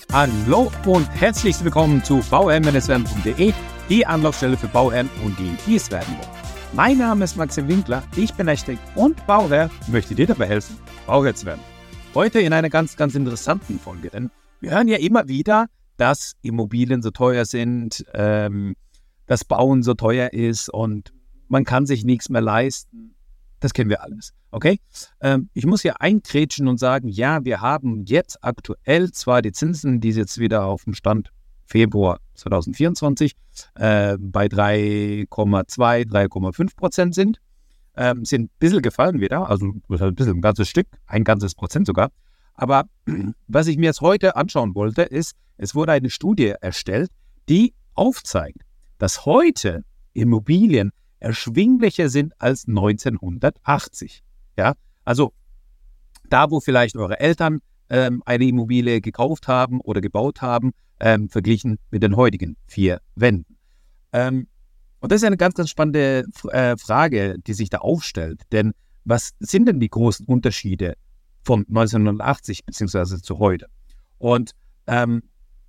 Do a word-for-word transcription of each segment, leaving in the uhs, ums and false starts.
Hallo und herzlich willkommen zu bauherren werden punkt de, die Anlaufstelle für Bauherren und die, die es werden wollen. Mein Name ist Maxim Winkler, ich bin Architekt und Bauherr, möchte dir dabei helfen, Bauherr zu werden. Heute in einer ganz, ganz interessanten Folge, denn wir hören ja immer wieder, dass Immobilien so teuer sind, ähm, dass Bauen so teuer ist und man kann sich nichts mehr leisten. Das kennen wir alles, okay? Ähm, ich muss hier eingrätschen und sagen, ja, wir haben jetzt aktuell zwar die Zinsen, die jetzt wieder auf dem Stand Februar zwanzig vierundzwanzig äh, bei drei Komma zwei, drei Komma fünf Prozent sind, ähm, sind ein bisschen gefallen wieder, also ein bisschen, ein ganzes Stück, ein ganzes Prozent sogar. Aber was ich mir jetzt heute anschauen wollte, ist, es wurde eine Studie erstellt, die aufzeigt, dass heute Immobilien erschwinglicher sind als neunzehnhundertachtzig. Ja, also da, wo vielleicht eure Eltern ähm, eine Immobilie gekauft haben oder gebaut haben, ähm, verglichen mit den heutigen vier Wänden. Ähm, und das ist eine ganz, ganz spannende äh, Frage, die sich da aufstellt. Denn was sind denn die großen Unterschiede von neunzehnhundertachtzig beziehungsweise zu heute? Und ähm,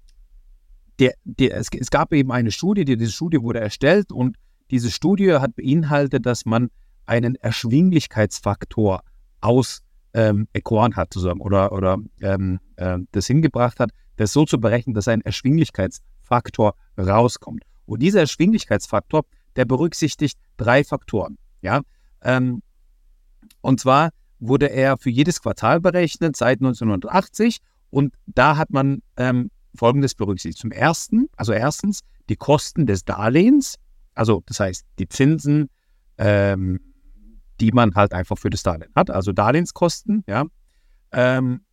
der, der, es, es gab eben eine Studie, die, diese Studie wurde erstellt und diese Studie hat beinhaltet, dass man einen Erschwinglichkeitsfaktor aus ähm, erkoren hat zusammen oder, oder ähm, äh, das hingebracht hat, das so zu berechnen, dass ein Erschwinglichkeitsfaktor rauskommt. Und dieser Erschwinglichkeitsfaktor, der berücksichtigt drei Faktoren. Ja? Ähm, und zwar wurde er für jedes Quartal berechnet seit neunzehnhundertachtzig und da hat man ähm, Folgendes berücksichtigt. Zum ersten, also erstens die Kosten des Darlehens, also das heißt die Zinsen, ähm, die man halt einfach für das Darlehen hat, also Darlehenskosten, ja. Ähm,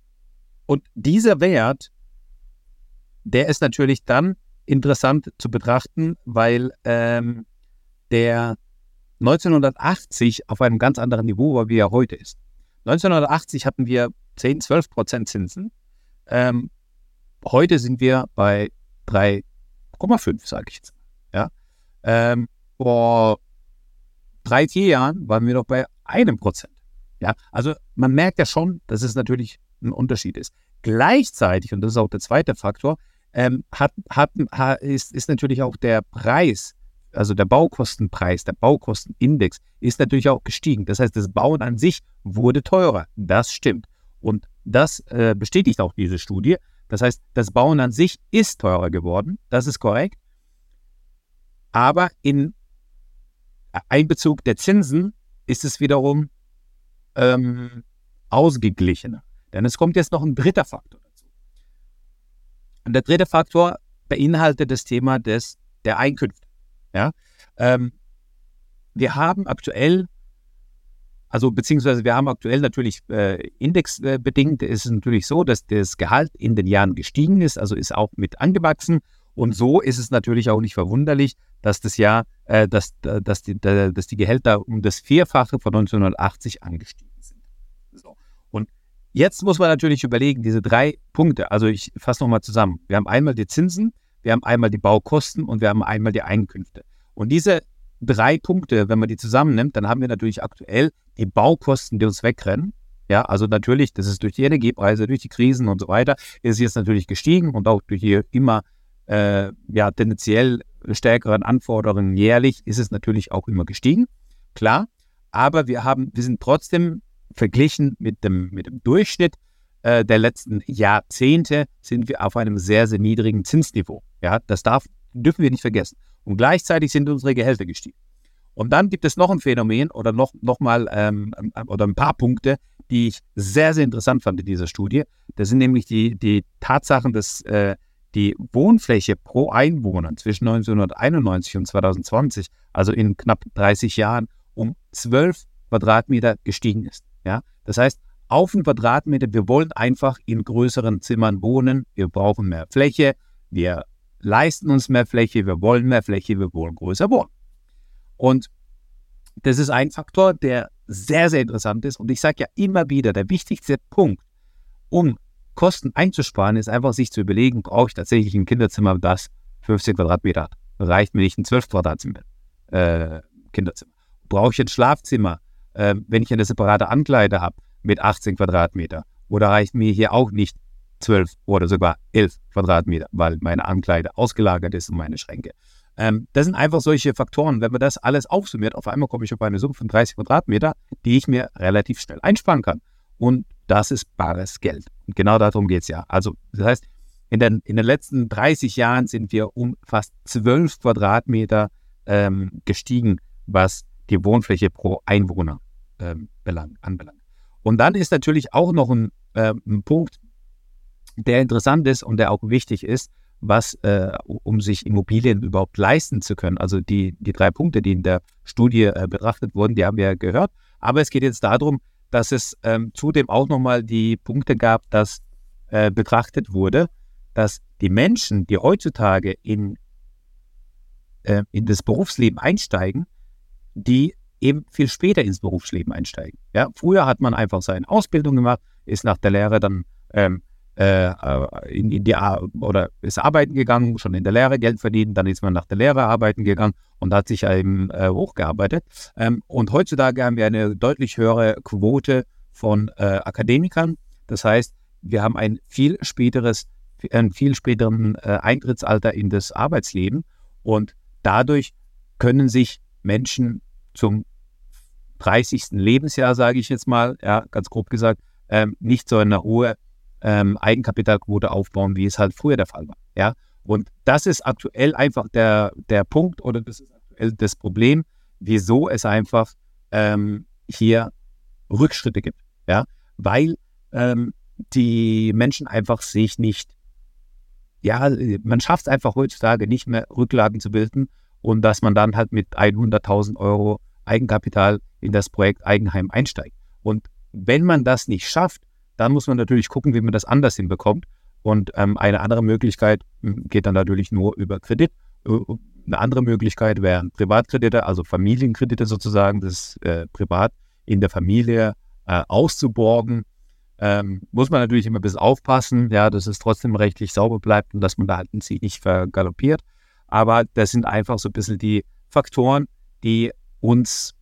und dieser Wert, der ist natürlich dann interessant zu betrachten, weil ähm, der neunzehnhundertachtzig auf einem ganz anderen Niveau war, wie er heute ist. neunzehnhundertachtzig hatten wir zehn, zwölf Prozent Zinsen. Ähm, heute sind wir bei drei Komma fünf, sage ich jetzt. Ja. Ähm, vor drei, vier Jahren waren wir noch bei einem Prozent. Ja, also man merkt ja schon, dass es natürlich ein Unterschied ist. Gleichzeitig, und das ist auch der zweite Faktor, ähm, hat, hat, ist, ist natürlich auch der Preis, also der Baukostenpreis, der Baukostenindex ist natürlich auch gestiegen. Das heißt, das Bauen an sich wurde teurer. Das stimmt. Und das äh, bestätigt auch diese Studie. Das heißt, das Bauen an sich ist teurer geworden. Das ist korrekt. Aber in Einbezug der Zinsen ist es wiederum ähm, ausgeglichener. Denn es kommt jetzt noch ein dritter Faktor dazu. Und der dritte Faktor beinhaltet das Thema des, der Einkünfte. Ja? Ähm, wir haben aktuell, also beziehungsweise wir haben aktuell natürlich äh, indexbedingt, ist es natürlich so, dass das Gehalt in den Jahren gestiegen ist, also ist auch mit angewachsen. Und so ist es natürlich auch nicht verwunderlich, dass das Jahr, äh, dass, dass, die, dass die Gehälter um das Vierfache von neunzehnhundertachtzig angestiegen sind. So. Und jetzt muss man natürlich überlegen, diese drei Punkte, also ich fasse nochmal zusammen. Wir haben einmal die Zinsen, wir haben einmal die Baukosten und wir haben einmal die Einkünfte. Und diese drei Punkte, wenn man die zusammennimmt, dann haben wir natürlich aktuell die Baukosten, die uns wegrennen. Ja, also natürlich, das ist durch die Energiepreise, durch die Krisen und so weiter, ist jetzt natürlich gestiegen und auch durch die immer Äh, ja, tendenziell stärkeren Anforderungen jährlich ist es natürlich auch immer gestiegen, klar, aber wir haben, wir sind trotzdem verglichen mit dem, mit dem Durchschnitt äh, der letzten Jahrzehnte sind wir auf einem sehr, sehr niedrigen Zinsniveau. Ja, das darf, dürfen wir nicht vergessen. Und gleichzeitig sind unsere Gehälter gestiegen. Und dann gibt es noch ein Phänomen oder noch, noch mal ähm, oder ein paar Punkte, die ich sehr, sehr interessant fand in dieser Studie. Das sind nämlich die, die Tatsachen, dass äh, die Wohnfläche pro Einwohner zwischen neunzehnhunderteinundneunzig und zwanzig zwanzig, also in knapp dreißig Jahren, um zwölf Quadratmeter gestiegen ist. Ja? Das heißt, auf einen Quadratmeter, wir wollen einfach in größeren Zimmern wohnen, wir brauchen mehr Fläche, wir leisten uns mehr Fläche, wir wollen mehr Fläche, wir wollen größer wohnen. Und das ist ein Faktor, der sehr, sehr interessant ist. Und ich sage ja immer wieder, der wichtigste Punkt, um Kosten einzusparen, ist einfach sich zu überlegen, brauche ich tatsächlich ein Kinderzimmer, das fünfzehn Quadratmeter hat? Reicht mir nicht ein zwölf Quadratmeter äh, Kinderzimmer? Brauche ich ein Schlafzimmer, äh, wenn ich eine separate Ankleide habe, mit achtzehn Quadratmeter? Oder reicht mir hier auch nicht zwölf oder sogar elf Quadratmeter, weil meine Ankleide ausgelagert ist und meine Schränke. Ähm, das sind einfach solche Faktoren. Wenn man das alles aufsummiert, auf einmal komme ich auf eine Summe von dreißig Quadratmeter, die ich mir relativ schnell einsparen kann. Und das ist bares Geld. Und genau darum geht es ja. Also das heißt, in den, in den letzten dreißig Jahren sind wir um fast zwölf Quadratmeter ähm, gestiegen, was die Wohnfläche pro Einwohner ähm, belang, anbelangt. Und dann ist natürlich auch noch ein, äh, ein Punkt, der interessant ist und der auch wichtig ist, was, äh, um sich Immobilien überhaupt leisten zu können. Also die, die drei Punkte, die in der Studie äh, betrachtet wurden, die haben wir ja gehört. Aber es geht jetzt darum, dass es ähm, zudem auch nochmal die Punkte gab, dass äh, betrachtet wurde, dass die Menschen, die heutzutage in, äh, in das Berufsleben einsteigen, die eben viel später ins Berufsleben einsteigen. Ja, früher hat man einfach seine Ausbildung gemacht, ist nach der Lehre dann ähm, äh, in, in die Ar- oder ist arbeiten gegangen, schon in der Lehre Geld verdienen, dann ist man nach der Lehre arbeiten gegangen und hat sich eben äh, hochgearbeitet. Ähm, und heutzutage haben wir eine deutlich höhere Quote von äh, Akademikern. Das heißt, wir haben ein viel späteres, ein viel späteren äh, Eintrittsalter in das Arbeitsleben und dadurch können sich Menschen zum dreißigsten Lebensjahr, sage ich jetzt mal, ja, ganz grob gesagt, ähm, nicht so eine hohe ähm, Eigenkapitalquote aufbauen, wie es halt früher der Fall war. Ja? Und das ist aktuell einfach der, der Punkt oder das ist aktuell das Problem, wieso es einfach ähm, hier Rückschritte gibt. Ja? Weil ähm, die Menschen einfach sich nicht, ja, man schafft es einfach heutzutage nicht mehr, Rücklagen zu bilden und dass man dann halt mit hunderttausend Euro Eigenkapital in das Projekt Eigenheim einsteigt. Und wenn man das nicht schafft, dann muss man natürlich gucken, wie man das anders hinbekommt. Und ähm, eine andere Möglichkeit geht dann natürlich nur über Kredit. Eine andere Möglichkeit wären Privatkredite, also Familienkredite sozusagen, das äh, privat in der Familie äh, auszuborgen. Ähm, muss man natürlich immer ein bisschen aufpassen, ja, dass es trotzdem rechtlich sauber bleibt und dass man da halt sich nicht vergaloppiert. Aber das sind einfach so ein bisschen die Faktoren, die uns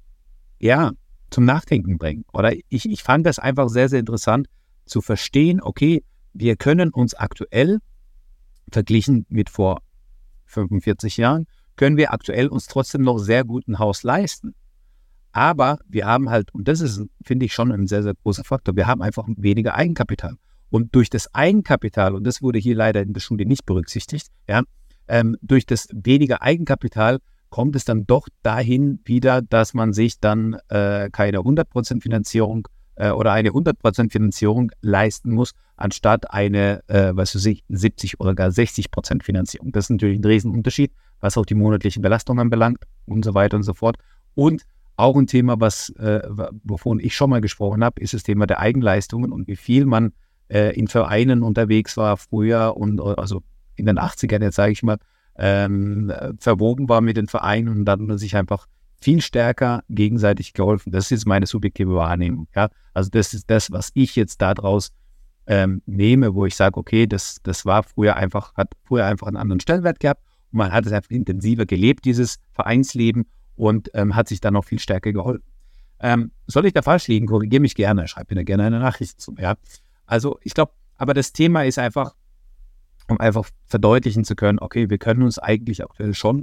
ja zum Nachdenken bringen. Oder ich, ich fand das einfach sehr, sehr interessant zu verstehen, okay, wir können uns aktuell, verglichen mit vor fünfundvierzig Jahren, können wir aktuell uns trotzdem noch sehr gut ein Haus leisten. Aber wir haben halt, und das ist, finde ich, schon ein sehr, sehr großer Faktor, wir haben einfach weniger Eigenkapital. Und durch das Eigenkapital, und das wurde hier leider in der Studie nicht berücksichtigt, ja, ähm, durch das weniger Eigenkapital kommt es dann doch dahin wieder, dass man sich dann äh, keine hundert Prozent Finanzierung äh, oder eine hundert Prozent Finanzierung leisten muss, anstatt eine, äh, was weiß ich, siebzig oder gar sechzig Prozent Finanzierung. Das ist natürlich ein Riesenunterschied, was auch die monatlichen Belastungen anbelangt und so weiter und so fort. Und auch ein Thema, was, äh, wovon ich schon mal gesprochen habe, ist das Thema der Eigenleistungen und wie viel man äh, in Vereinen unterwegs war früher und also in den achtzigern, jetzt sage ich mal, ähm, verwoben war mit den Vereinen und dann hat man sich einfach viel stärker gegenseitig geholfen. Das ist jetzt meine subjektive Wahrnehmung. Ja? Also das ist das, was ich jetzt daraus ähm, nehme, wo ich sage, okay, das, das war früher einfach, hat früher einfach einen anderen Stellenwert gehabt und man hat es einfach intensiver gelebt, dieses Vereinsleben und ähm, hat sich dann noch viel stärker geholfen. Ähm, soll ich da falsch liegen? Korrigiere mich gerne, schreib mir da gerne eine Nachricht zu. Ja? Also ich glaube, aber das Thema ist einfach, um einfach verdeutlichen zu können, okay, wir können uns eigentlich aktuell schon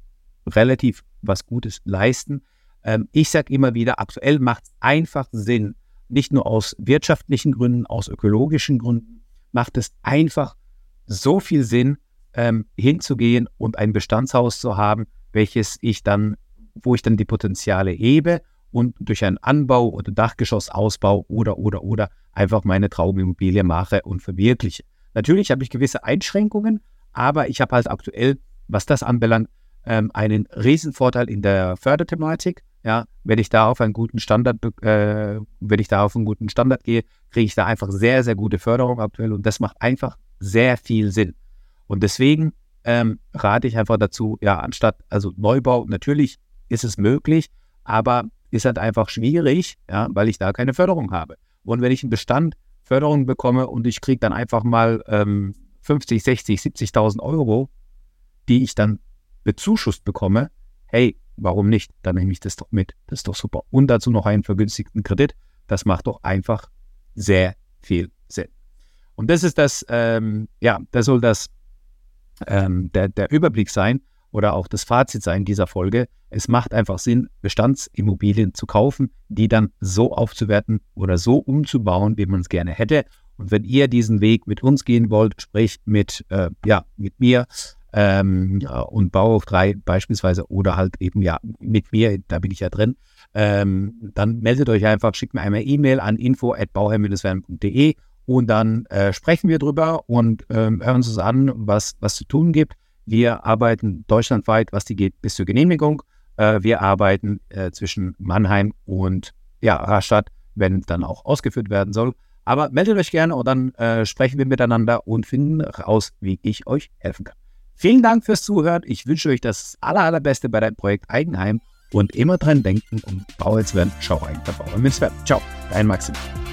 relativ was Gutes leisten. Ähm, ich sage immer wieder, aktuell macht es einfach Sinn, nicht nur aus wirtschaftlichen Gründen, aus ökologischen Gründen, macht es einfach so viel Sinn, ähm, hinzugehen und ein Bestandshaus zu haben, welches ich dann, wo ich dann die Potenziale hebe und durch einen Anbau oder Dachgeschossausbau oder, oder, oder einfach meine Traumimmobilie mache und verwirkliche. Natürlich habe ich gewisse Einschränkungen, aber ich habe halt aktuell, was das anbelangt, ähm, einen Riesenvorteil in der Förderthematik. Ja, wenn ich da auf einen guten Standard, äh, wenn ich da auf einen guten Standard gehe, kriege ich da einfach sehr, sehr gute Förderung aktuell und das macht einfach sehr viel Sinn. Und deswegen ähm, rate ich einfach dazu, ja, anstatt, also Neubau, natürlich ist es möglich, aber ist halt einfach schwierig, ja, weil ich da keine Förderung habe. Und wenn ich einen Bestand Förderung bekomme und ich kriege dann einfach mal ähm, fünfzig, sechzig, siebzigtausend Euro, die ich dann bezuschusst bekomme, hey, warum nicht? Dann nehme ich das doch mit. Das ist doch super. Und dazu noch einen vergünstigten Kredit. Das macht doch einfach sehr viel Sinn. Und das ist das, ähm, ja, das soll das ähm, der, der Überblick sein oder auch das Fazit sein dieser Folge. Es macht einfach Sinn, Bestandsimmobilien zu kaufen, die dann so aufzuwerten oder so umzubauen, wie man es gerne hätte. Und wenn ihr diesen Weg mit uns gehen wollt, sprich mit, äh, ja, mit mir ähm, ja, und Bauhof drei beispielsweise oder halt eben ja mit mir, da bin ich ja drin, ähm, dann meldet euch einfach, schickt mir einmal E-Mail an info at bauherr Bindestrich werden punkt de und dann äh, sprechen wir drüber und ähm, hören uns an, was was zu tun gibt. Wir arbeiten deutschlandweit, was die geht, bis zur Genehmigung. Äh, wir arbeiten äh, zwischen Mannheim und ja, Rastatt, wenn dann auch ausgeführt werden soll. Aber meldet euch gerne und dann äh, sprechen wir miteinander und finden raus, wie ich euch helfen kann. Vielen Dank fürs Zuhören. Ich wünsche euch das aller, allerbeste bei deinem Projekt Eigenheim und immer dran denken, um Bauherr zu werden, schau rein bei Bauherr Bindestrich werden. Ciao, dein Maxim.